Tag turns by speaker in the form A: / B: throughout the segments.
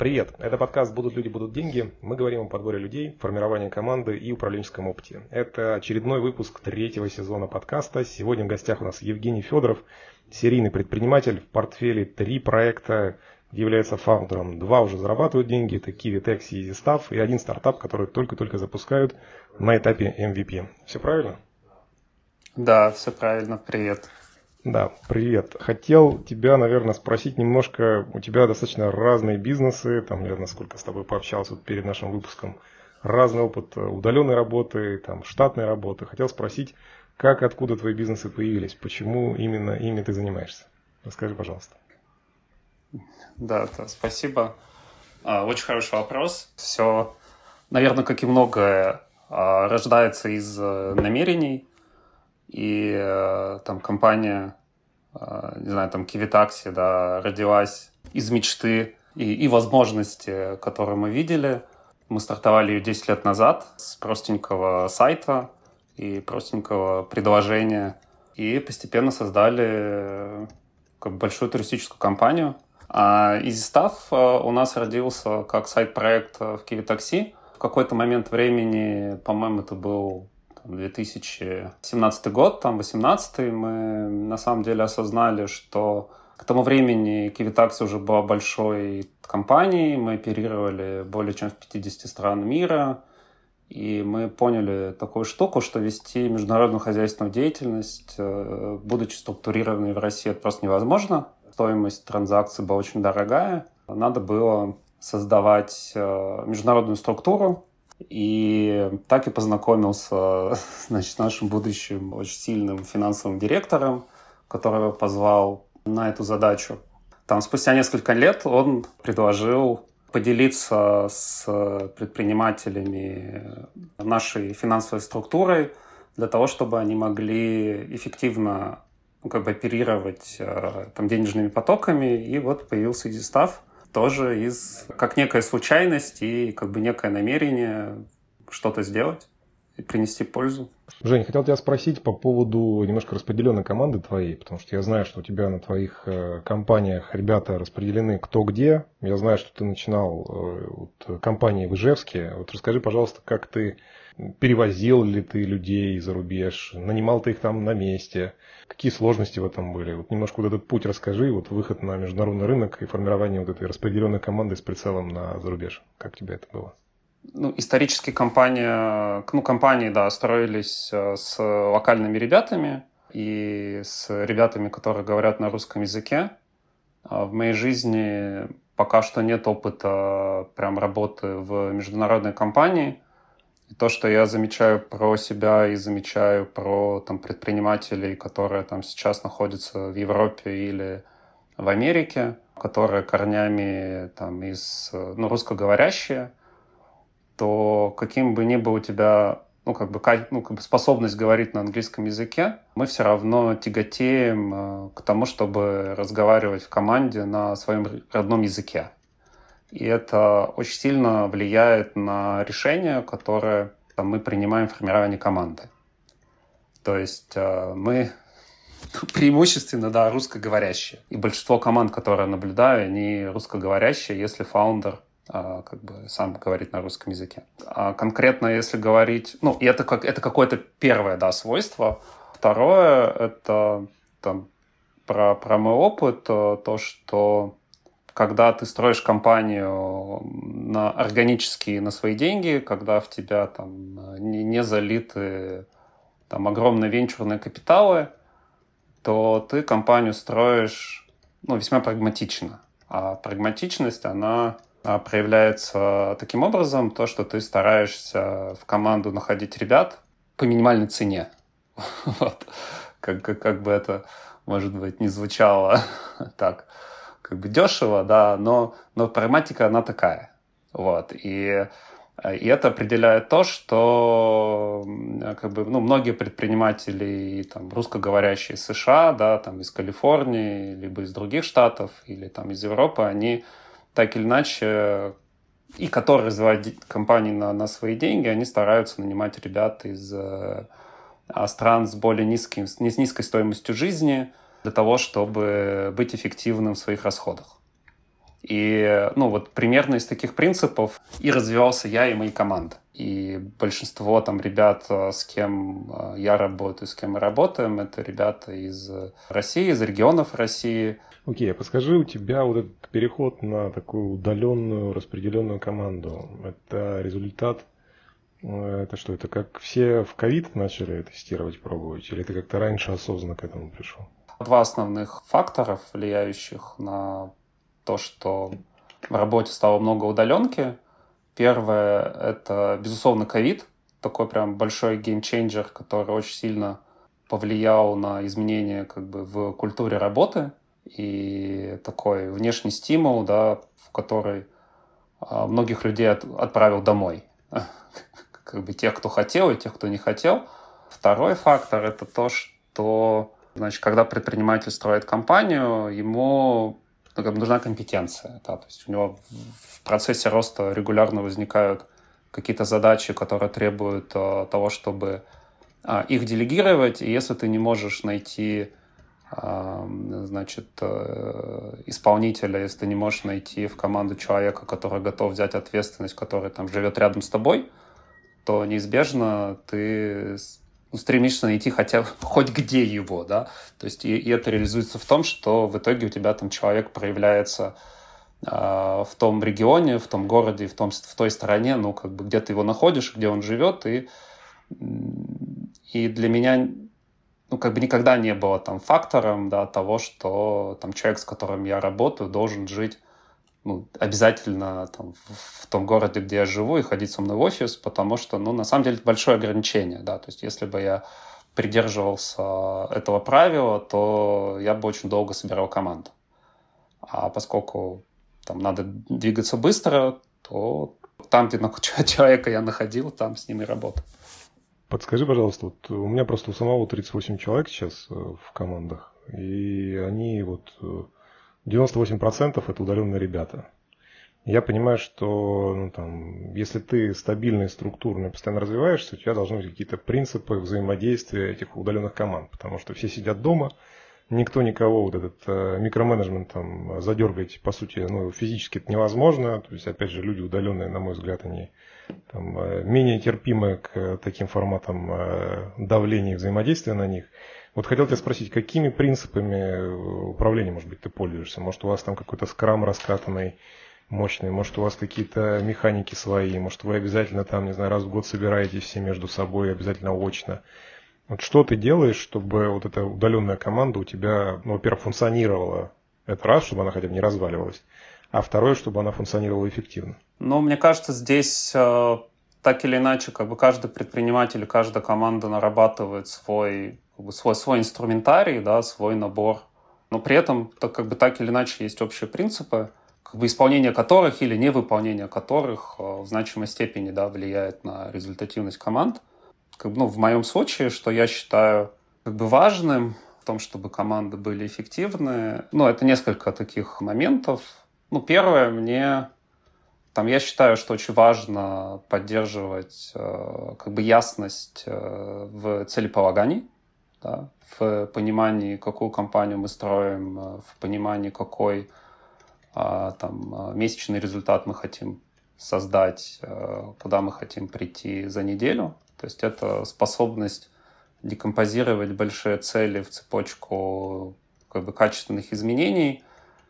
A: Привет! Это подкаст «Будут люди, будут деньги». Мы говорим о подборе людей, формировании команды и управленческом опыте. Это очередной выпуск третьего сезона подкаста. Сегодня в гостях у нас Евгений Федоров, серийный предприниматель. В портфеле 3 проекта, является фаундером. 2 уже зарабатывают деньги. Это KiwiTax и EasyStuff. И 1 стартап, который только-только запускают на этапе MVP. Все правильно?
B: Да, все правильно. Привет.
A: Да, привет. Хотел тебя, наверное, спросить немножко, у тебя достаточно разные бизнесы, там, я насколько с тобой пообщался вот перед нашим выпуском, разный опыт удаленной работы, там, штатной работы. Хотел спросить, как, откуда твои бизнесы появились, почему именно ими ты занимаешься? Расскажи, пожалуйста.
B: Да, спасибо. Очень хороший вопрос. Все, наверное, как и многое, рождается из намерений. И там компания, не знаю, там KiwiTaxi, да, родилась из мечты и возможности, которые мы видели. Мы стартовали ее 10 лет назад с простенького сайта и простенького предложения. И постепенно создали как большую туристическую компанию. А EasyStuff у нас родился как сайт-проект в KiwiTaxi. В какой-то момент времени, по-моему, это был 2017 год, там 2018, мы на самом деле осознали, что к тому времени KiwiTaxi уже была большой компанией, мы оперировали более чем в 50 стран мира, и мы поняли такую штуку, что вести международную хозяйственную деятельность, будучи структурированной в России, это просто невозможно. Стоимость транзакций была очень дорогая. Надо было создавать международную структуру. И так и познакомился, значит, с нашим будущим очень сильным финансовым директором, которого позвал на эту задачу. Там спустя несколько лет он предложил поделиться с предпринимателями нашей финансовой структурой для того, чтобы они могли эффективно оперировать там, денежными потоками. И вот появился EasyStuff. Тоже как некая случайность и некое намерение что-то сделать и принести пользу.
A: Жень, хотел тебя спросить по поводу немножко распределенной команды твоей, потому что я знаю, что у тебя на твоих компаниях ребята распределены кто где. Я знаю, что ты начинал компании в Ижевске. Вот расскажи, пожалуйста, как ты перевозил ли ты людей за рубеж, нанимал ты их там на месте, какие сложности в этом были? Вот немножко вот этот путь расскажи, вот выход на международный рынок и формирование вот этой распределенной команды с прицелом на зарубеж. Как тебе это было?
B: Исторически компании, да, строились с локальными ребятами и с ребятами, которые говорят на русском языке. В моей жизни пока что нет опыта прям работы в международной компании. И то, что я замечаю про себя и замечаю про там, предпринимателей, которые там сейчас находятся в Европе или в Америке, которые корнями там, русскоговорящие, то каким бы ни был у тебя способность говорить на английском языке, мы все равно тяготеем к тому, чтобы разговаривать в команде на своем родном языке. И это очень сильно влияет на решения, которые мы принимаем в формировании команды. То есть мы преимущественно, да, русскоговорящие. И большинство команд, которые я наблюдаю, они русскоговорящие, если фаундер сам говорит на русском языке. А конкретно, если говорить... и это какое-то первое, да, свойство. Второе, это про мой опыт, то, что когда ты строишь компанию органически на свои деньги, когда в тебя не залиты огромные венчурные капиталы, то ты компанию строишь весьма прагматично. А прагматичность, она проявляется таким образом, то, что ты стараешься в команду находить ребят по минимальной цене. Вот. Как бы это, может быть, не звучало так дешево, да, но прагматика, она такая. Вот. И это определяет то, что многие предприниматели русскоговорящие из США, да, из Калифорнии, либо из других штатов, или из Европы, они так или иначе, и которые развивают компании на свои деньги, они стараются нанимать ребят из стран с более низкой стоимостью жизни, для того, чтобы быть эффективным в своих расходах. И, ну, вот примерно из таких принципов и развивался я и мои команды. И большинство там ребят, с кем я работаю, с кем мы работаем, это ребята из России, из регионов России.
A: Окей, а подскажи, у тебя вот этот переход на такую удаленную, распределенную команду, это результат, это что, это как все в ковид начали тестировать, пробовать, или ты как-то раньше осознанно к этому пришел?
B: Два основных факторов, влияющих на то, что в работе стало много удаленки. Первое – это, безусловно, ковид, такой прям большой геймчейнджер, который очень сильно повлиял на изменения как бы в культуре работы и такой внешний стимул, да, в который многих людей отправил домой. Как бы тех, кто хотел, и тех, кто не хотел. Второй фактор – это то, что, значит, когда предприниматель строит компанию, ему нужна компетенция. Да? То есть у него в процессе роста регулярно возникают какие-то задачи, которые требуют того, чтобы их делегировать. И если ты не можешь найти, значит, исполнителя, если ты не можешь найти в команду человека, который готов взять ответственность, который там живет рядом с тобой, то неизбежно ты стремишься найти хотя бы хоть где его, да, то есть и это реализуется в том, что в итоге у тебя там человек проявляется в том регионе, в том городе, в той стране, ну, как бы, где ты его находишь, где он живет, и для меня, ну, как бы никогда не было там фактором, да, того, что там человек, с которым я работаю, должен жить, ну, обязательно там, в том городе, где я живу, и ходить со мной в офис, потому что, ну, на самом деле, это большое ограничение, да, то есть если бы я придерживался этого правила, то я бы очень долго собирал команду. А поскольку там надо двигаться быстро, то там, где человека я находил, там с ними работал.
A: Подскажи, пожалуйста, вот у меня просто у самого 38 человек сейчас в командах, и они вот 98% это удаленные ребята. Я понимаю, что ну, там, если ты стабильный, структурный, постоянно развиваешься, у тебя должны быть какие-то принципы взаимодействия этих удаленных команд, потому что все сидят дома, никто никого, вот этот микроменеджмент там задергать, по сути, ну, физически это невозможно. То есть, опять же, люди удаленные, на мой взгляд, они там, менее терпимы к таким форматам давления и взаимодействия на них. Вот хотел тебя спросить, какими принципами управления, может быть, ты пользуешься? Может, у вас там какой-то скрам раскатанный, мощный, может, у вас какие-то механики свои, может, вы обязательно там, не знаю, раз в год собираетесь все между собой, обязательно очно. Вот что ты делаешь, чтобы вот эта удаленная команда у тебя, ну, во-первых, функционировала, это раз, чтобы она хотя бы не разваливалась, а второе, чтобы она функционировала эффективно?
B: Ну, мне кажется, здесь так или иначе, как бы каждый предприниматель, каждая команда нарабатывает свой инструментарий, да, свой набор. Но при этом, так или иначе, есть общие принципы, как бы исполнение которых или невыполнение которых в значимой степени, да, влияет на результативность команд. Как бы, ну, в моем случае, что я считаю как бы важным в том, чтобы команды были эффективны, ну, это несколько таких моментов. Ну, первое, я считаю, что очень важно поддерживать как бы ясность в целеполагании, да, в понимании, какую компанию мы строим, в понимании, какой месячный результат мы хотим создать, куда мы хотим прийти за неделю. То есть это способность декомпозировать большие цели в цепочку как бы качественных изменений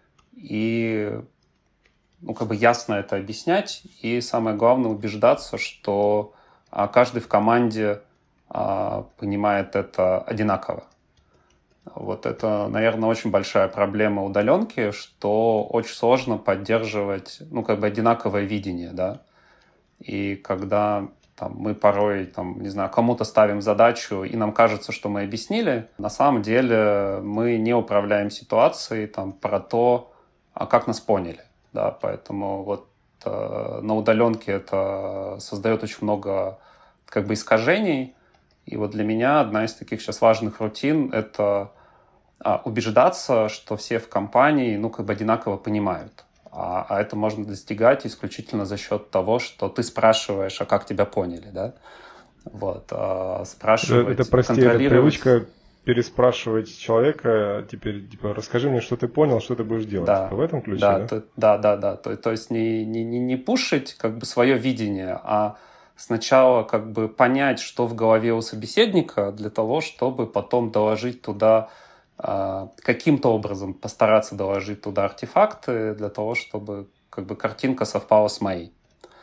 B: и ну, как бы ясно это объяснять. И самое главное убеждаться, что каждый в команде понимает это одинаково. Вот это, наверное, очень большая проблема удаленки, что очень сложно поддерживать, ну, как бы одинаковое видение, да. И когда там, мы порой, там, не знаю, кому-то ставим задачу, и нам кажется, что мы объяснили, на самом деле мы не управляем ситуацией там, про то, как нас поняли, да. Поэтому вот на удаленке это создает очень много как бы искажений. И вот для меня одна из таких сейчас важных рутин – это убеждаться, что все в компании, ну, как бы одинаково понимают. А это можно достигать исключительно за счет того, что ты спрашиваешь, а как тебя поняли, да? Вот, спрашивать,
A: это, прости,
B: контролировать.
A: Это переспрашивать человека, теперь, типа, расскажи мне, что ты понял, что ты будешь делать.
B: Да,
A: Типа, в этом ключе,
B: да,
A: да?
B: да. То есть не пушить как бы свое видение, а сначала как бы понять, что в голове у собеседника, для того, чтобы потом доложить туда, каким-то образом постараться доложить туда артефакты, для того, чтобы как бы картинка совпала с моей.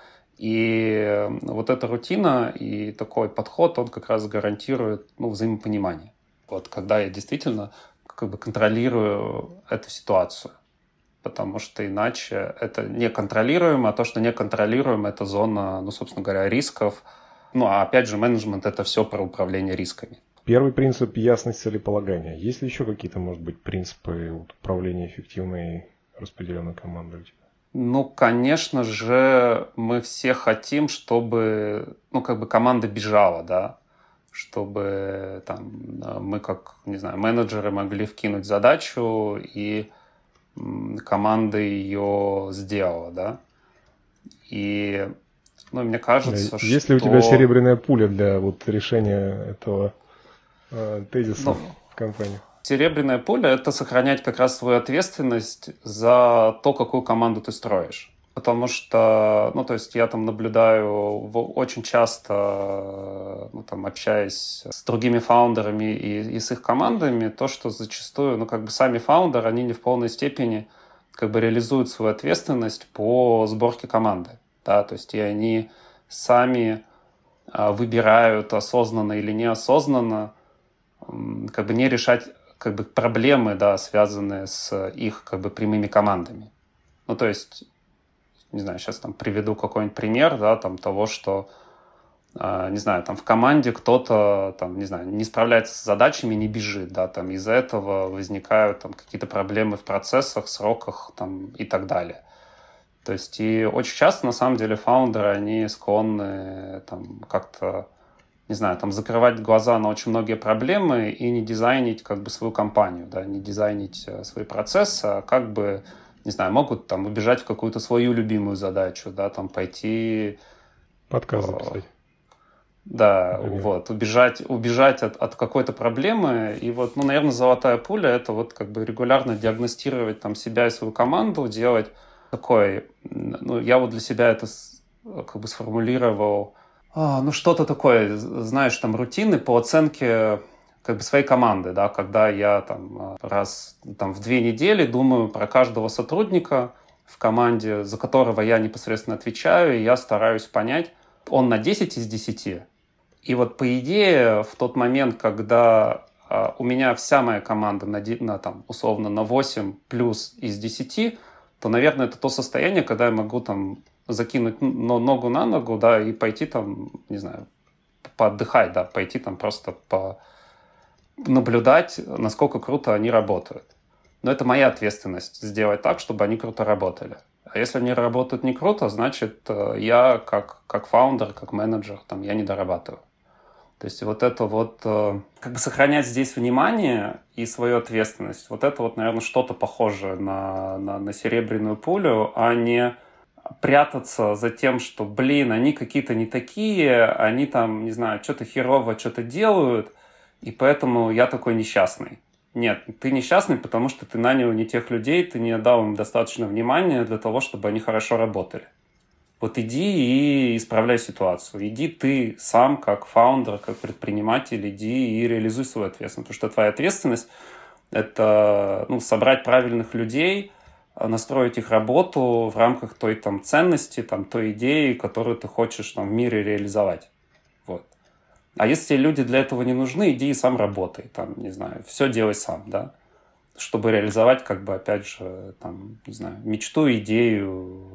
B: И вот эта рутина и такой подход, он как раз гарантирует, ну, взаимопонимание. Вот когда я действительно как бы контролирую эту ситуацию. Потому что иначе это неконтролируемо, а то, что неконтролируемо, это зона, ну, собственно говоря, рисков. Ну, а опять же, менеджмент – это все про управление рисками.
A: Первый принцип – ясность целеполагания. Есть ли еще какие-то, может быть, принципы управления эффективной распределенной командой у тебя?
B: Ну, конечно же, мы все хотим, чтобы, ну, как бы команда бежала, да, чтобы там мы, как, не знаю, менеджеры могли вкинуть задачу, и команда ее сделала, да. И, ну, мне кажется,
A: есть ли у тебя серебряная пуля для вот решения этого тезиса в компании?
B: Серебряная пуля – это сохранять как раз свою ответственность за то, какую команду ты строишь. Потому что, ну, то есть я там наблюдаю очень часто, ну, там, общаясь с другими фаундерами и с их командами, то, что зачастую, ну, как бы сами фаундеры, они не в полной степени как бы реализуют свою ответственность по сборке команды. Да? То есть и они сами выбирают осознанно или неосознанно как бы не решать как бы проблемы, да, связанные с их как бы прямыми командами. Ну, то есть, не знаю, сейчас там приведу какой-нибудь пример, да, там того, что, не знаю, там в команде кто-то, там, не знаю, не справляется с задачами, не бежит, да, там из-за этого возникают там какие-то проблемы в процессах, сроках, там и так далее. То есть и очень часто, на самом деле, фаундеры, они склонны там как-то, не знаю, там закрывать глаза на очень многие проблемы и не дизайнить как бы свою компанию, да, не дизайнить свои процессы, а как бы, не знаю, могут там убежать в какую-то свою любимую задачу, да, там пойти...
A: Подкаст записать.
B: Да,
A: например.
B: Вот, убежать от какой-то проблемы. И вот, ну, наверное, золотая пуля – это вот как бы регулярно диагностировать там себя и свою команду, делать такой, ну, я вот для себя это как бы сформулировал, ну, что-то такое, знаешь, там, рутины по оценке как бы своей команды, да, когда я там раз там, в 2 недели думаю про каждого сотрудника в команде, за которого я непосредственно отвечаю, и я стараюсь понять, он на 10 из 10. И вот по идее в тот момент, когда у меня вся моя команда на там, условно на 8 плюс из 10, то, наверное, это то состояние, когда я могу там закинуть ногу на ногу, да, и пойти там, не знаю, поотдыхать, да, пойти там просто наблюдать, насколько круто они работают. Но это моя ответственность сделать так, чтобы они круто работали. А если они работают не круто, значит, я как фаундер, как менеджер, там, я не дорабатываю. То есть вот это вот, как бы сохранять здесь внимание и свою ответственность, вот это вот, наверное, что-то похожее на серебряную пулю, а не прятаться за тем, что, блин, они какие-то не такие, они там, не знаю, что-то херово что-то делают, и поэтому я такой несчастный. Нет, ты несчастный, потому что ты нанял не тех людей, ты не дал им достаточно внимания для того, чтобы они хорошо работали. Вот иди и исправляй ситуацию. Иди ты сам, как фаундер, как предприниматель, иди и реализуй свою ответственность. Потому что твоя ответственность – это, ну, собрать правильных людей, настроить их работу в рамках той там ценности, там, той идеи, которую ты хочешь там в мире реализовать. Вот. А если люди для этого не нужны, иди и сам работай. Там, не знаю, все делай сам, да. Чтобы реализовать, как бы, опять же, там, не знаю, мечту, идею.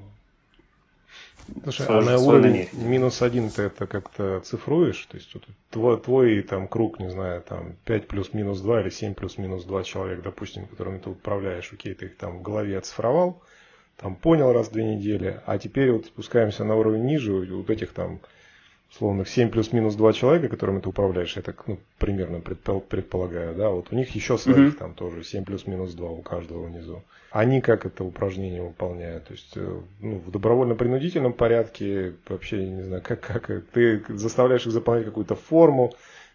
A: Слушай, а на уровне -1 ты это как-то цифруешь? То есть твой там круг, не знаю, там 5 плюс минус 2 или 7 плюс минус 2 человек, допустим, которыми ты управляешь, окей, ты их там в голове оцифровал, там понял раз в 2 недели, а теперь вот спускаемся на уровень ниже, вот этих там условных 7 плюс-минус 2 человека, которыми ты управляешь, я так, ну, примерно предполагаю, да, вот у них еще своих там тоже 7 плюс-минус 2 у каждого внизу. Они как это упражнение выполняют? То есть, ну, в добровольно-принудительном порядке, вообще, не знаю, как ты заставляешь их заполнять какую-то форму,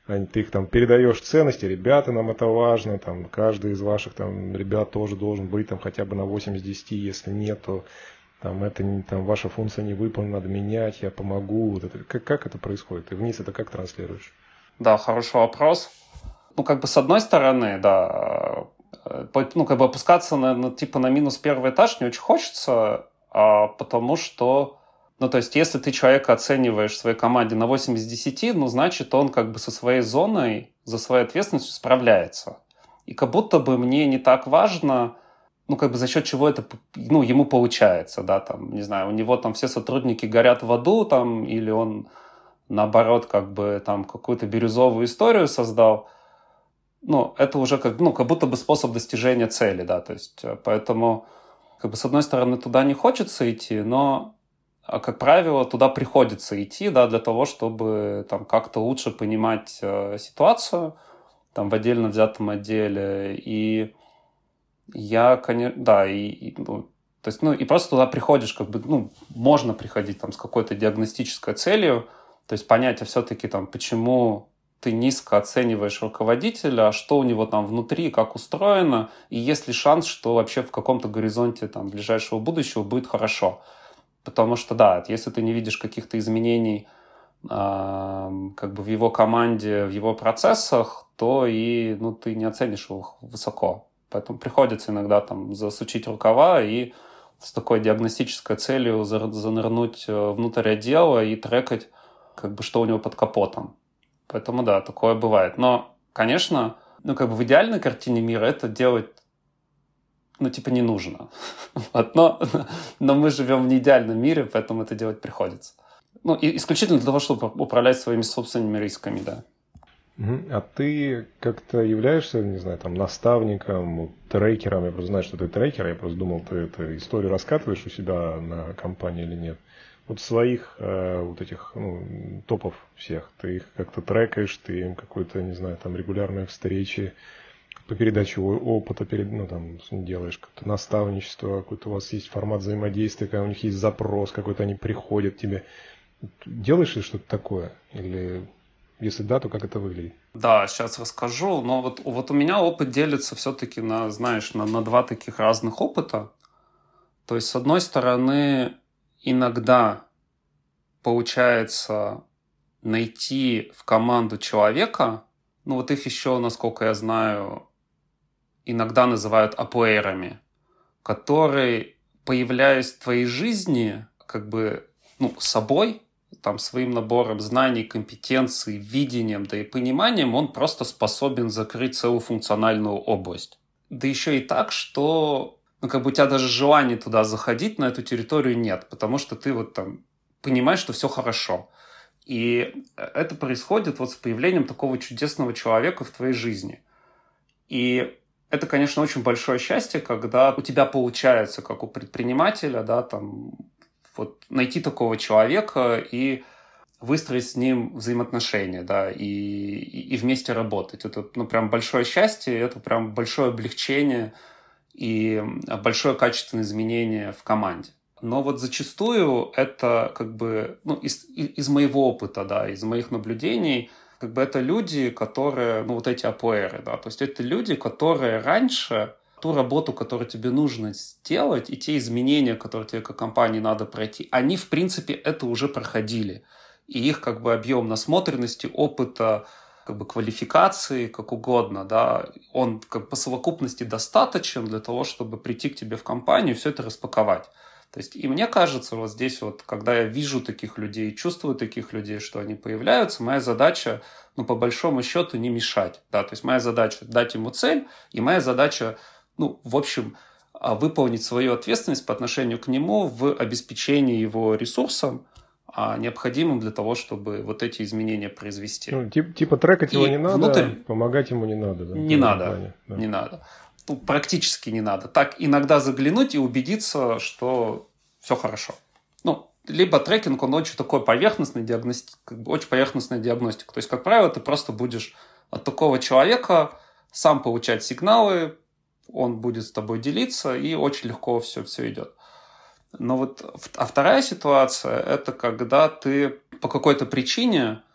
A: ты их там передаешь ценности, ребята, нам это важно, там, каждый из ваших там ребят тоже должен быть там хотя бы на 8 из 10, если нет, то там, это не, там, ваша функция не выполнена, надо менять, я помогу. Вот это, как это происходит? Ты вниз это как транслируешь?
B: Да, хороший вопрос. Ну, как бы с одной стороны, да, ну, как бы опускаться типа на минус первый этаж не очень хочется, потому что, ну, то есть, если ты человека оцениваешь в своей команде на 8 из 10, ну, значит, он как бы со своей зоной, за своей ответственностью справляется. И как будто бы мне не так важно, ну, как бы за счет чего это, ну, ему получается, да, там, не знаю, у него там все сотрудники горят в аду, там, или он, наоборот, как бы там какую-то бирюзовую историю создал. Ну, это уже как, ну, как будто бы способ достижения цели, да, то есть, поэтому, как бы, с одной стороны, туда не хочется идти, но, как правило, туда приходится идти, да, для того, чтобы там как-то лучше понимать ситуацию, там, в отдельно взятом отделе, и я, конечно, да, ну, то есть, ну, и просто туда приходишь, как бы, ну, можно приходить там с какой-то диагностической целью, то есть понять, а все-таки там, почему ты низко оцениваешь руководителя, что у него там внутри, как устроено, и есть ли шанс, что вообще в каком-то горизонте там ближайшего будущего будет хорошо. Потому что, да, если ты не видишь каких-то изменений как бы в его команде, в его процессах, то и, ну, ты не оценишь его высоко. Поэтому приходится иногда там засучить рукава и с такой диагностической целью занырнуть внутрь отдела и трекать, как бы, что у него под капотом. Поэтому да, такое бывает. Но, конечно, ну, как бы в идеальной картине мира это делать, ну, типа, не нужно. Но мы живем в неидеальном мире, поэтому это делать приходится. Ну, и исключительно для того, чтобы управлять своими собственными рисками, да.
A: А ты как-то являешься, не знаю, там, наставником, трекером? Я просто знаю, что ты трекер, я просто думал, ты эту историю раскатываешь у себя на компании или нет. Вот своих вот этих, ну, топов всех, ты их как-то трекаешь, ты им какой-то, не знаю, там, регулярные встречи по передаче опыта, ну, там, делаешь какое-то наставничество, какой-то у вас есть формат взаимодействия, когда у них есть запрос какой-то, они приходят к тебе. Делаешь ли что-то такое? Или если да, то как это выглядит?
B: Да, сейчас расскажу. Но вот у меня опыт делится все-таки на, знаешь, на два таких разных опыта. То есть, с одной стороны, иногда получается найти в команду человека, ну вот их еще, насколько я знаю, иногда называют аплеерами, который, появляясь в твоей жизни, как бы, ну, собой, там, своим набором знаний, компетенций, видением, да и пониманием, он просто способен закрыть целую функциональную область. Да еще и так, что, ну, как бы у тебя даже желания туда заходить, на эту территорию нет, потому что ты вот там понимаешь, что все хорошо. И это происходит вот с появлением такого чудесного человека в твоей жизни. И это, конечно, очень большое счастье, когда у тебя получается, как у предпринимателя, да, там, вот найти такого человека и выстроить с ним взаимоотношения, да, и вместе работать. Это, ну, прям большое счастье, это прям большое облегчение и большое качественное изменение в команде. Но вот зачастую это как бы, ну, из моего опыта, да, из моих наблюдений, как бы это люди, которые, ну, вот эти аплееры, да, то есть это люди, которые раньше ту работу, которую тебе нужно сделать, и те изменения, которые тебе как компании надо пройти, они, в принципе, это уже проходили. И их как бы объем насмотренности, опыта, как бы квалификации, как угодно, да, он как бы по совокупности достаточен для того, чтобы прийти к тебе в компанию и все это распаковать. То есть, и мне кажется, вот здесь вот, когда я вижу таких людей, чувствую таких людей, что они появляются, моя задача, ну, по большому счету, не мешать, да, то есть моя задача дать ему цель, и моя задача, ну, в общем, выполнить свою ответственность по отношению к нему в обеспечении его ресурсом, необходимым для того, чтобы вот эти изменения произвести.
A: Ну, типа трекать его не надо,
B: внутрь...
A: помогать ему не надо. Да,
B: не надо,
A: плане, да.
B: Не надо. Ну, практически не надо. Так иногда заглянуть и убедиться, что все хорошо. Ну, либо трекинг, он очень такой поверхностный очень поверхностная диагностика. То есть, как правило, ты просто будешь от такого человека сам получать сигналы, он будет с тобой делиться, и очень легко все идет. Но вот, вторая ситуация, это когда ты по какой-то причине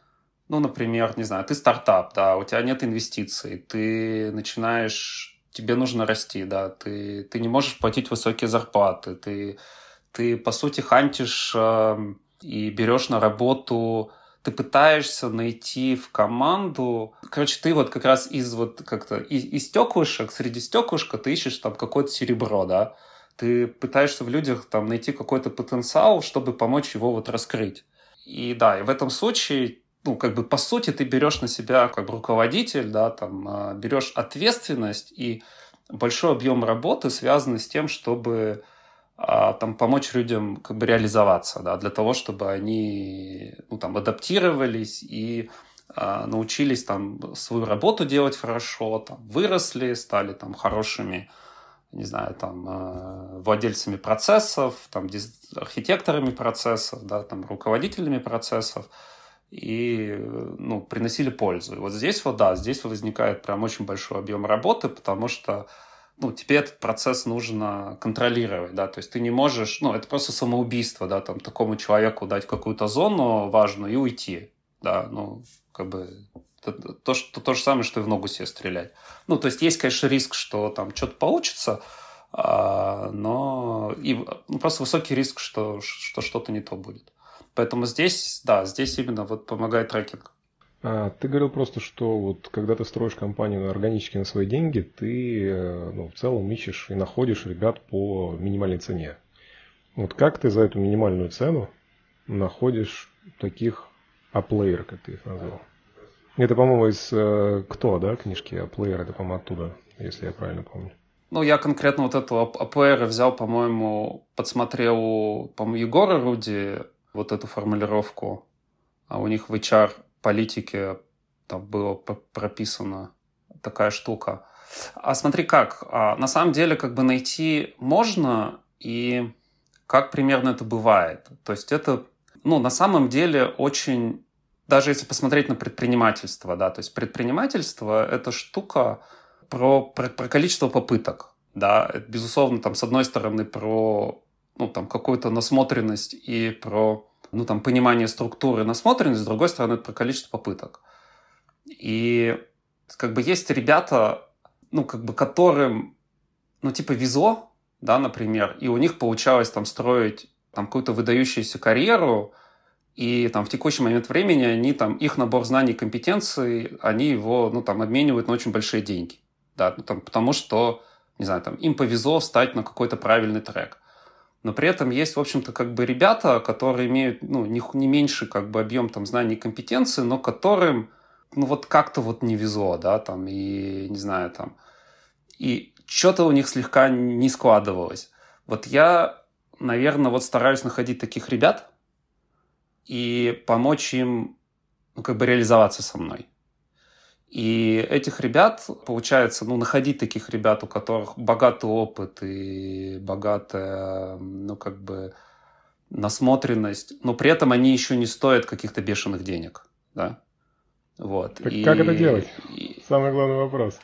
B: ну, например, не знаю, ты стартап, да, у тебя нет инвестиций, ты начинаешь, тебе нужно расти, да, ты не можешь платить высокие зарплаты, ты по сути, хантишь и берешь на работу, ты пытаешься найти в команду, короче, ты вот как раз из вот как-то из стеклышек, среди стеклышка ты ищешь там какое-то серебро, да, ты пытаешься в людях там найти какой-то потенциал, чтобы помочь его вот раскрыть. И да, и в этом случае, ну, как бы по сути ты берешь на себя как бы руководитель, да, там, берешь ответственность и большой объем работы, связанный с тем, чтобы там, помочь людям как бы реализоваться, да, для того, чтобы они, ну, там, адаптировались и научились там свою работу делать хорошо, там, выросли, стали там хорошими, не знаю, там, владельцами процессов, там, архитекторами процессов, да, там, руководителями процессов и, ну, приносили пользу. И вот здесь вот, да, здесь возникает прям очень большой объем работы, потому что, ну, тебе этот процесс нужно контролировать, да, то есть ты не можешь, ну, это просто самоубийство, да, там, такому человеку дать какую-то зону важную и уйти, да, ну, как бы то же самое, что и в ногу себе стрелять. Ну, то есть есть, конечно, риск, что там что-то получится, но ну, просто высокий риск, что что-то не то будет. Поэтому здесь, да, здесь именно вот помогает трекинг.
A: Ты говорил просто, что вот когда ты строишь компанию органически на свои деньги, ты, ну, в целом ищешь и находишь ребят по минимальной цене. Вот как ты за эту минимальную цену находишь таких аплеер, как ты их назвал? Это, по-моему, из «Кто», да, книжки «Аплеер», это, по-моему, оттуда, если я правильно помню.
B: Ну, я конкретно вот эту АПР взял, по-моему, подсмотрел, по-моему, Егора Руди, вот эту формулировку, а у них в HR-политике там было прописано такая штука. А смотри как, на самом деле как бы найти можно, и как примерно это бывает. То есть это, ну, на самом деле очень, даже если посмотреть на предпринимательство, да, то есть предпринимательство – это штука про количество попыток, да, это, безусловно, там, с одной стороны, про, ну, там, какую-то насмотренность и про, ну, там, понимание структуры насмотренность, с другой стороны, это про количество попыток. И как бы есть ребята, ну, как бы которым, ну, типа везло, да, например, и у них получалось там строить там какую-то выдающуюся карьеру, и там в текущий момент времени они там, их набор знаний и компетенций, они его, ну, там, обменивают на очень большие деньги, да, ну, там, потому что, не знаю, там, им повезло встать на какой-то правильный трек. Но при этом есть, в общем-то, как бы ребята, которые имеют, ну, не меньше как бы объем там знаний и компетенций, но которым, ну, вот как-то вот не везло, да, там, и, не знаю, там, и что-то у них слегка не складывалось. Вот я, наверное, вот стараюсь находить таких ребят и помочь им, ну, как бы реализоваться со мной. И этих ребят, получается, ну, находить таких ребят, у которых богатый опыт и богатая, ну, как бы насмотренность, но при этом они еще не стоят каких-то бешеных денег, да. Вот.
A: Так как это делать? Самый главный вопрос.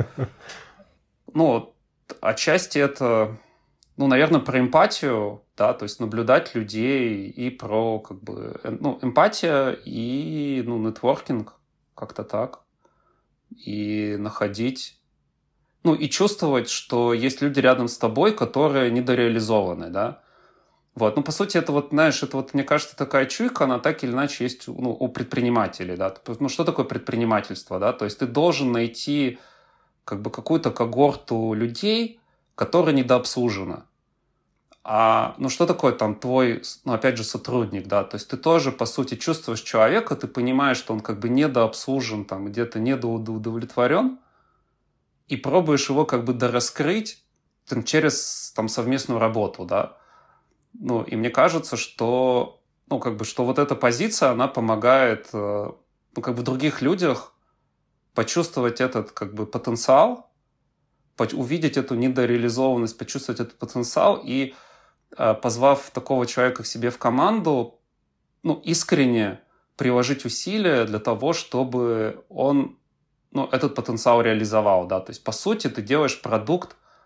B: Ну, отчасти это, ну, наверное, про эмпатию, да, то есть наблюдать людей и про, как бы, ну, эмпатия и, ну, нетворкинг, как-то так. И находить, ну, и чувствовать, что есть люди рядом с тобой, которые недореализованы, да. Вот, ну, по сути, это вот, знаешь, это вот, мне кажется, такая чуйка, она так или иначе есть, ну, у предпринимателей, да. Ну, что такое предпринимательство, да? То есть ты должен найти как бы какую-то когорту людей, которая недообслужена. Ну, что такое там твой, ну, опять же, сотрудник, да? То есть ты тоже, по сути, чувствуешь человека, ты понимаешь, что он как бы недообслужен, там, где-то недоудовлетворен, и пробуешь его как бы дораскрыть там, через там, совместную работу, да? Ну, и мне кажется, что, ну, как бы, что вот эта позиция, она помогает, ну, как бы в других людях почувствовать этот, как бы, потенциал, увидеть эту недореализованность, почувствовать этот потенциал и, позвав такого человека к себе в команду, ну, искренне приложить усилия для того, чтобы он, ну, этот потенциал реализовал, да, то есть, по сути, ты делаешь продукт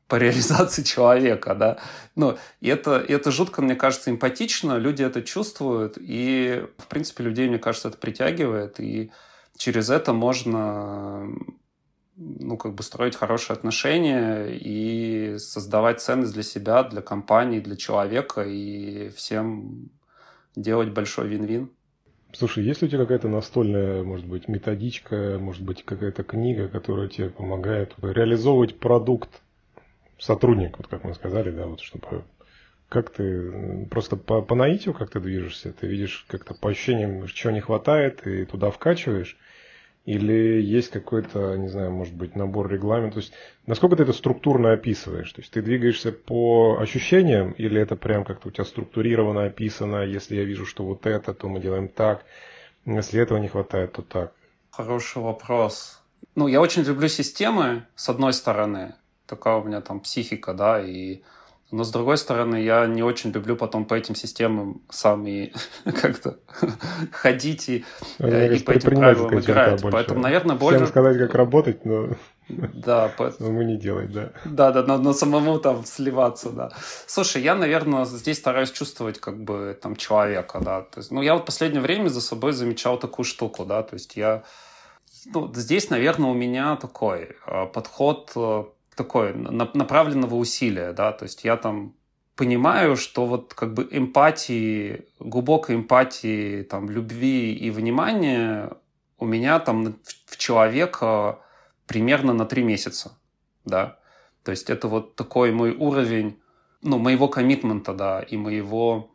B: по реализации человека, да. Ну, и это жутко, мне кажется, эмпатично, люди это чувствуют, и, в принципе, людей, мне кажется, это притягивает, и через это можно, ну, как бы строить хорошие отношения и создавать ценность для себя, для компании, для человека, и всем делать большой вин-вин.
A: Слушай, есть ли у тебя какая-то настольная, может быть, методичка, может быть, какая-то книга, которая тебе помогает реализовывать продукт сотрудник, вот как мы сказали, да, вот чтобы как ты просто по наитию как ты движешься, ты видишь как-то по ощущениям, чего не хватает, и туда вкачиваешь, или есть какой-то, не знаю, может быть, набор регламентов, то есть насколько ты это структурно описываешь, то есть ты двигаешься по ощущениям, или это прям как-то у тебя структурировано описано, если я вижу, что вот это, то мы делаем так, если этого не хватает, то так.
B: Хороший вопрос. Ну, я очень люблю системы, с одной стороны, такая у меня там психика, да, но с другой стороны, я не очень люблю потом по этим системам сам и как-то ходить и по этим правилам играть. Поэтому, наверное, больше...
A: Всем сказать, как работать, но
B: да,
A: самому не делать, да.
B: Да, но самому там сливаться, да. Слушай, я, наверное, здесь стараюсь чувствовать как бы там человека, да. То есть, ну, я вот в последнее время за собой замечал такую штуку, да, то есть здесь, наверное, у меня такой подход такой направленного усилия, да, то есть я там понимаю, что вот как бы эмпатии, глубокой эмпатии, там, любви и внимания у меня там в человека примерно на 3 месяца, да, то есть это вот такой мой уровень, ну, моего коммитмента, да, и моего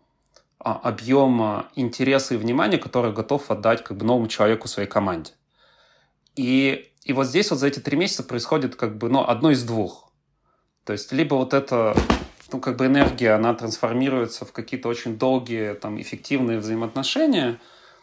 B: объема интереса и внимания, который готов отдать как бы новому человеку в своей команде. И вот здесь вот за эти 3 месяца происходит как бы, ну, одно из двух. То есть либо вот эта, ну, как бы энергия, она трансформируется в какие-то очень долгие, там, эффективные взаимоотношения,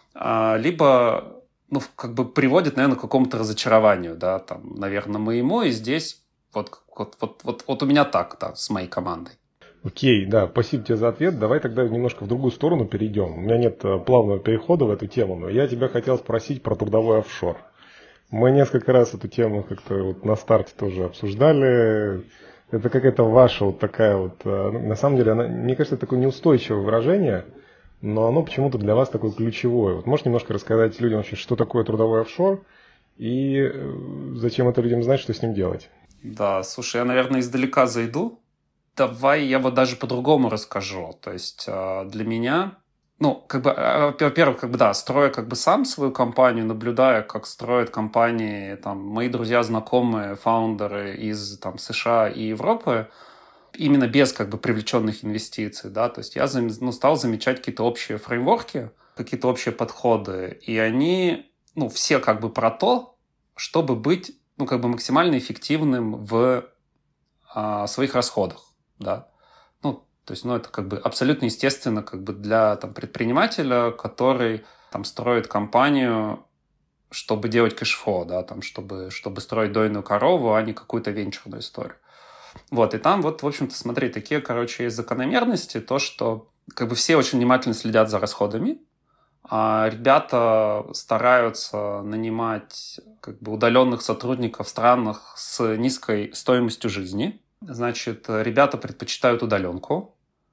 B: либо, ну, как бы приводит, наверное, к какому-то разочарованию, да, там, наверное, моему, и здесь вот у меня так, да, с моей командой.
A: Окей, да, спасибо тебе за ответ. Давай тогда немножко в другую сторону перейдем. У меня нет плавного перехода в эту тему, но я тебя хотел спросить про трудовой офшор. Мы несколько раз эту тему как-то вот на старте тоже обсуждали. Это какая-то ваша вот такая вот... На самом деле, мне кажется, это такое неустойчивое выражение, но оно почему-то для вас такое ключевое. Вот можешь немножко рассказать людям вообще, что такое трудовой офшор и зачем это людям знать, что с ним делать?
B: Да, слушай, я, наверное, издалека зайду. Давай я вот даже по-другому расскажу. То есть для меня... Ну, как бы, во-первых, как бы, да, строя как бы сам свою компанию, наблюдая, как строят компании, там, мои друзья, знакомые, фаундеры из, там, США и Европы, именно без, как бы, привлеченных инвестиций, да, то есть я, стал замечать какие-то общие фреймворки, какие-то общие подходы, и они, ну, все, как бы, про то, чтобы быть, ну, как бы, максимально эффективным в своих расходах, да. То есть, ну, это как бы абсолютно естественно как бы для там, предпринимателя, который там строит компанию, чтобы делать кэшфлоу, да, там, чтобы строить дойную корову, а не какую-то венчурную историю. Вот, и там вот, в общем-то, смотри, такие, короче, есть закономерности, то, что как бы все очень внимательно следят за расходами, а ребята стараются нанимать как бы удаленных сотрудников в странах с низкой стоимостью жизни. Значит, ребята предпочитают удаленку.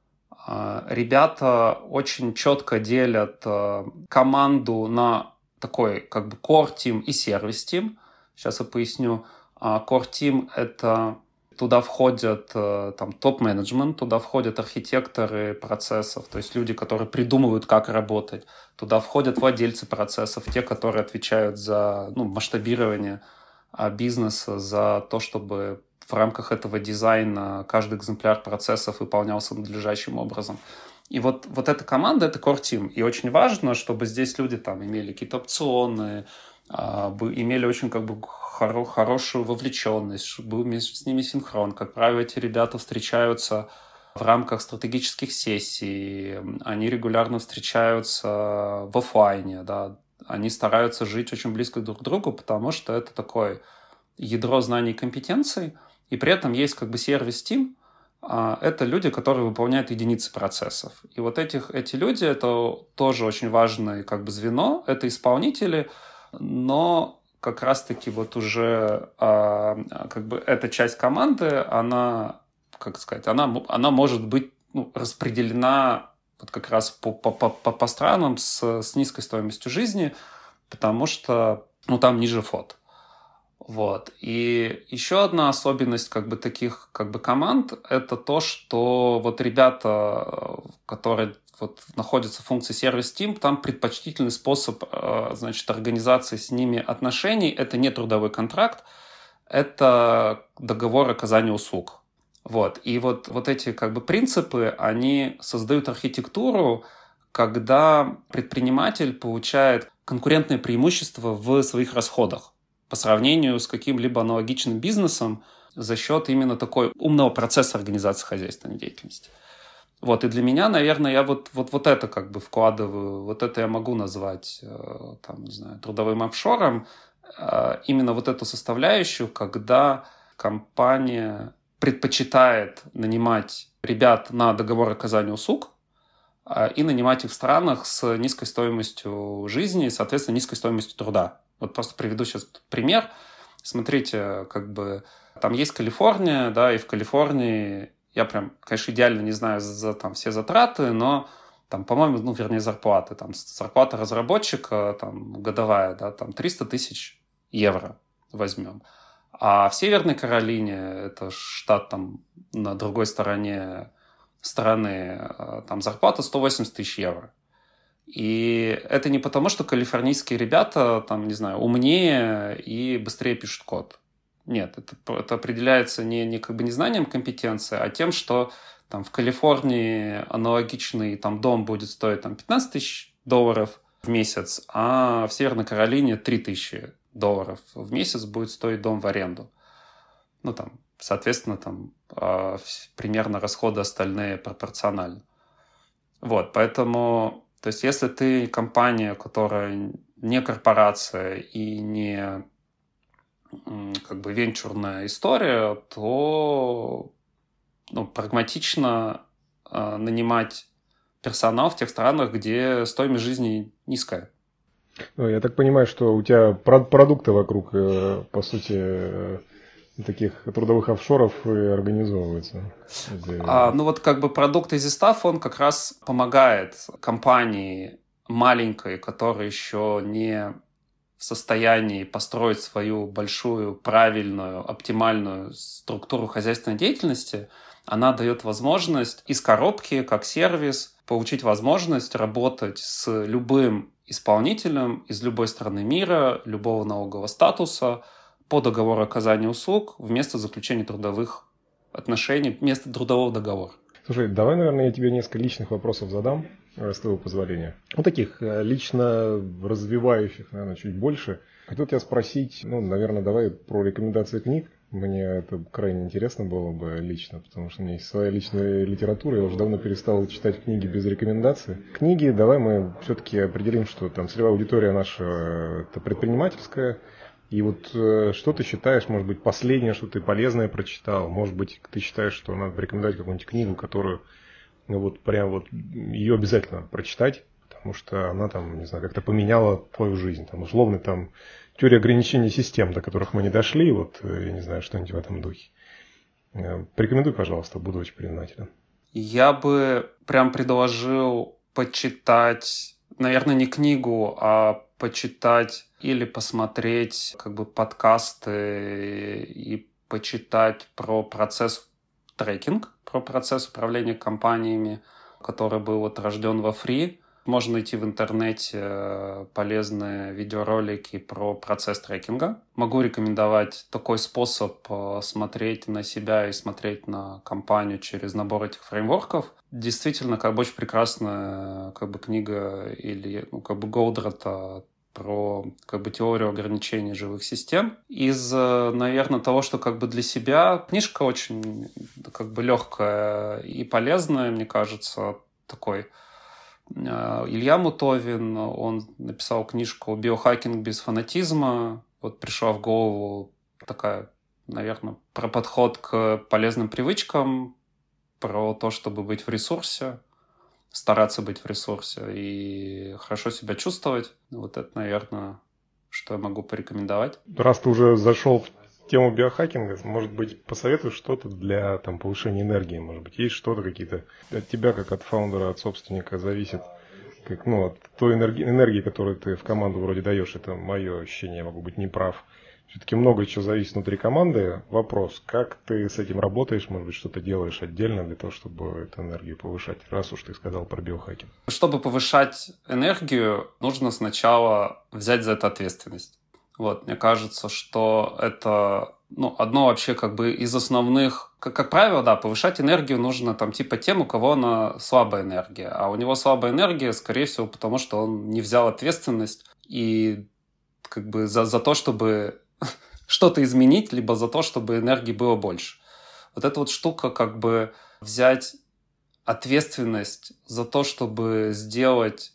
B: Ребята очень четко делят команду на такой как бы core team и service team. Сейчас я поясню. Core team — это туда входят там топ-менеджмент, туда входят архитекторы процессов, то есть люди, которые придумывают, как работать. Туда входят владельцы процессов, те, которые отвечают за масштабирование бизнеса, за то, чтобы в рамках этого дизайна каждый экземпляр процессов выполнялся надлежащим образом. И вот эта команда — это core team. И очень важно, чтобы здесь люди там имели какие-то опционы, имели очень как бы хорошую вовлеченность, был с ними синхрон. Как правило, эти ребята встречаются в рамках стратегических сессий, они регулярно встречаются в офлайне, да. Они стараются жить очень близко друг к другу, потому что это такое ядро знаний и компетенций. И при этом есть как бы сервис-тим, это люди, которые выполняют единицы процессов. И вот эти люди — это тоже очень важное как бы звено, это исполнители, но как раз-таки вот уже как бы эта часть команды, она, как сказать, она может быть распределена вот как раз по странам с низкой стоимостью жизни, потому что там ниже ФОТ. Вот. И еще одна особенность как бы таких как бы команд – это то, что вот ребята, которые вот находятся в функции сервис-тим, там предпочтительный способ, значит, организации с ними отношений – это не трудовой контракт, это договор оказания услуг. Вот. И вот эти как бы принципы, они создают архитектуру, когда предприниматель получает конкурентное преимущество в своих расходах по сравнению с каким-либо аналогичным бизнесом за счет именно такой умного процесса организации хозяйственной деятельности. Вот, и для меня, наверное, я вот это как бы вкладываю, вот это я могу назвать, там, не знаю, трудовым офшором, именно вот эту составляющую, когда компания предпочитает нанимать ребят на договор оказания услуг и нанимать их в странах с низкой стоимостью жизни и, соответственно, низкой стоимостью труда. Вот просто приведу сейчас пример. Смотрите, как бы там есть Калифорния, да, и в Калифорнии я прям, конечно, идеально не знаю за там все затраты, но там, по-моему, вернее, зарплаты. Там зарплата разработчика там годовая, да, там 300 тысяч евро возьмем. А в Северной Каролине, это штат там на другой стороне страны, там зарплата 180 тысяч евро. И это не потому, что калифорнийские ребята, там, не знаю, умнее и быстрее пишут код. Нет, это определяется не как бы не знанием компетенции, а тем, что там в Калифорнии аналогичный там дом будет стоить там 15 тысяч долларов в месяц, а в Северной Каролине 3 тысячи долларов в месяц будет стоить дом в аренду. Там, соответственно, там примерно расходы остальные пропорциональны. Вот, поэтому, то есть, если ты компания, которая не корпорация и не как бы венчурная история, то прагматично нанимать персонал в тех странах, где стоимость жизни низкая.
A: Я так понимаю, что у тебя продукты вокруг, по сути, таких трудовых офшоров и организовываются.
B: Вот как бы продукт EasyStaff, он как раз помогает компании маленькой, которая еще не в состоянии построить свою большую, правильную, оптимальную структуру хозяйственной деятельности. Она дает возможность из коробки, как сервис, получить возможность работать с любым исполнителем из любой страны мира, любого налогового статуса, по договору оказания услуг вместо заключения трудовых отношений, вместо трудового договора.
A: Слушай, давай, наверное, я тебе несколько личных вопросов задам, с твоего позволения. Таких лично развивающих, наверное, чуть больше. Хотел тебя спросить, наверное, давай про рекомендации книг. Мне это крайне интересно было бы лично, потому что у меня есть своя личная литература, я уже давно перестал читать книги без рекомендаций. Книги, давай мы все-таки определим, что там целевая аудитория наша – это предпринимательская. И что ты считаешь, может быть, последнее, что ты полезное прочитал? Может быть, ты считаешь, что надо порекомендовать какую-нибудь книгу, которую прям ее обязательно прочитать, потому что она там, не знаю, как-то поменяла твою жизнь. Там условно там теория ограничений систем, до которых мы не дошли, я не знаю, что-нибудь в этом духе. Порекомендуй, пожалуйста, буду очень признателен.
B: Я бы прям предложил почитать, наверное, не книгу, а почитать или посмотреть как бы подкасты и почитать про процесс трекинг, про процесс управления компаниями, который был рожден во Free. Можно найти в интернете полезные видеоролики про процесс трекинга. Могу рекомендовать такой способ смотреть на себя и смотреть на компанию через набор этих фреймворков. Действительно, как бы очень прекрасная книга или Голдрата про теорию ограничений живых систем. Из, наверное, того, что для себя книжка очень легкая и полезная, мне кажется, такой. Илья Мутовин, он написал книжку «Биохакинг без фанатизма». Пришла в голову такая, наверное, про подход к полезным привычкам, про то, чтобы быть в ресурсе, стараться быть в ресурсе и хорошо себя чувствовать. Это, наверное, что я могу порекомендовать?
A: Раз ты уже зашел в тему биохакинга, может быть, посоветуешь что-то для повышения энергии? Может быть, есть что-то какие-то от тебя, как от фаундера, от собственника зависит? От той энергии, которую ты в команду вроде даешь, это мое ощущение, я могу быть неправ. Все-таки много чего зависит внутри команды. Вопрос, как ты с этим работаешь, может быть, что-то делаешь отдельно для того, чтобы эту энергию повышать, раз уж ты сказал про биохакинг.
B: Чтобы повышать энергию, нужно сначала взять за это ответственность. Мне кажется, что это одно вообще из основных... Как правило, да, повышать энергию нужно тем, у кого она слабая энергия. А у него слабая энергия, скорее всего, потому что он не взял ответственность и за то, чтобы что-то изменить, либо за то, чтобы энергии было больше. Эта штука, взять ответственность за то, чтобы сделать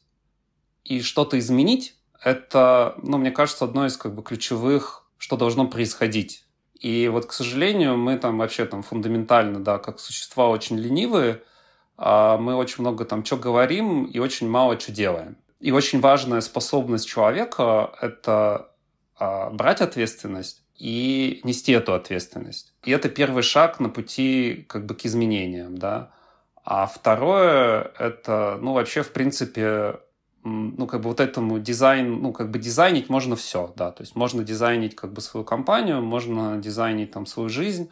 B: и что-то изменить, это, мне кажется, одно из ключевых, что должно происходить. И к сожалению, мы вообще фундаментально, да, как существа очень ленивые, мы очень много чего говорим и очень мало чего делаем. И очень важная способность человека – это брать ответственность и нести эту ответственность. И это первый шаг на пути к изменениям, да. А второе – это, вообще, в принципе, этому дизайнить можно все, да. То есть можно дизайнить свою компанию, можно дизайнить свою жизнь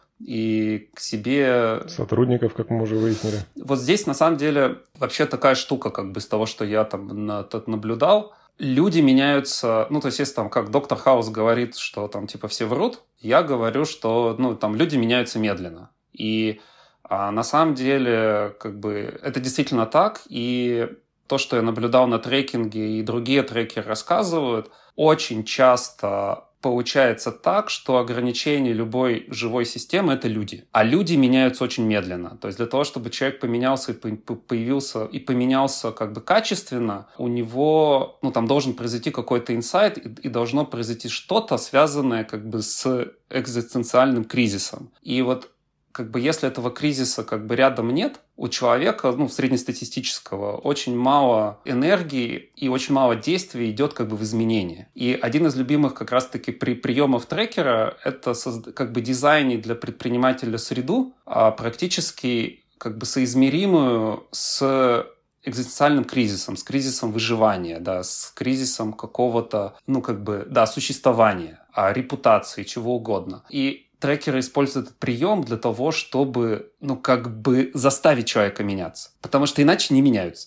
B: и к себе...
A: Сотрудников, как мы уже выяснили.
B: Здесь, на самом деле, вообще такая штука, из того, что я наблюдал. Люди меняются, то есть если как доктор Хаус говорит, что все врут, я говорю, что люди меняются медленно. И на самом деле это действительно так. И то, что я наблюдал на трекинге, и другие трекеры рассказывают, очень часто получается так, что ограничение любой живой системы – это люди. А люди меняются очень медленно. То есть для того, чтобы человек поменялся и появился, и поменялся
A: качественно,
B: у него должен произойти какой-то инсайт, и должно произойти что-то, связанное с экзистенциальным кризисом. И если этого кризиса рядом нет, у человека, среднестатистического, очень мало энергии и очень мало действий идет в изменение. И один из любимых как раз-таки приемов трекера – это дизайнить для предпринимателя среду, практически соизмеримую с экзистенциальным кризисом, с кризисом выживания, да, с кризисом какого-то, существования, репутации, чего угодно. И трекеры используют этот прием для того, чтобы, заставить человека меняться. Потому что иначе не меняются.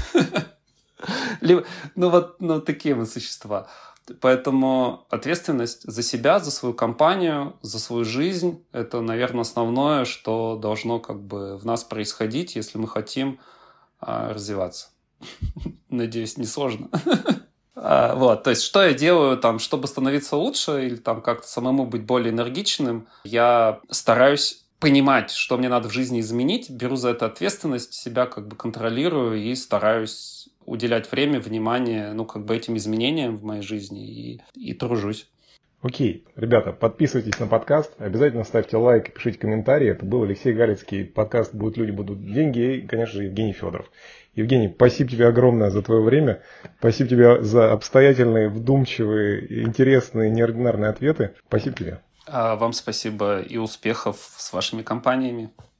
B: Такие мы существа. Поэтому ответственность за себя, за свою компанию, за свою жизнь – это, наверное, основное, что должно в нас происходить, если мы хотим развиваться. Надеюсь, не сложно. То есть, что я делаю, чтобы становиться лучше или как-то самому быть более энергичным, я стараюсь понимать, что мне надо в жизни изменить, беру за это ответственность, себя контролирую и стараюсь уделять время, внимание, этим изменениям в моей жизни и тружусь.
A: Окей. Ребята, подписывайтесь на подкаст, обязательно ставьте лайк и пишите комментарии. Это был Алексей Галицкий, подкаст «Будут люди, будут деньги» и, конечно же, Евгений Федоров. Евгений, спасибо тебе огромное за твое время, спасибо тебе за обстоятельные, вдумчивые, интересные, неординарные ответы. Спасибо тебе.
B: Вам спасибо и успехов с вашими компаниями.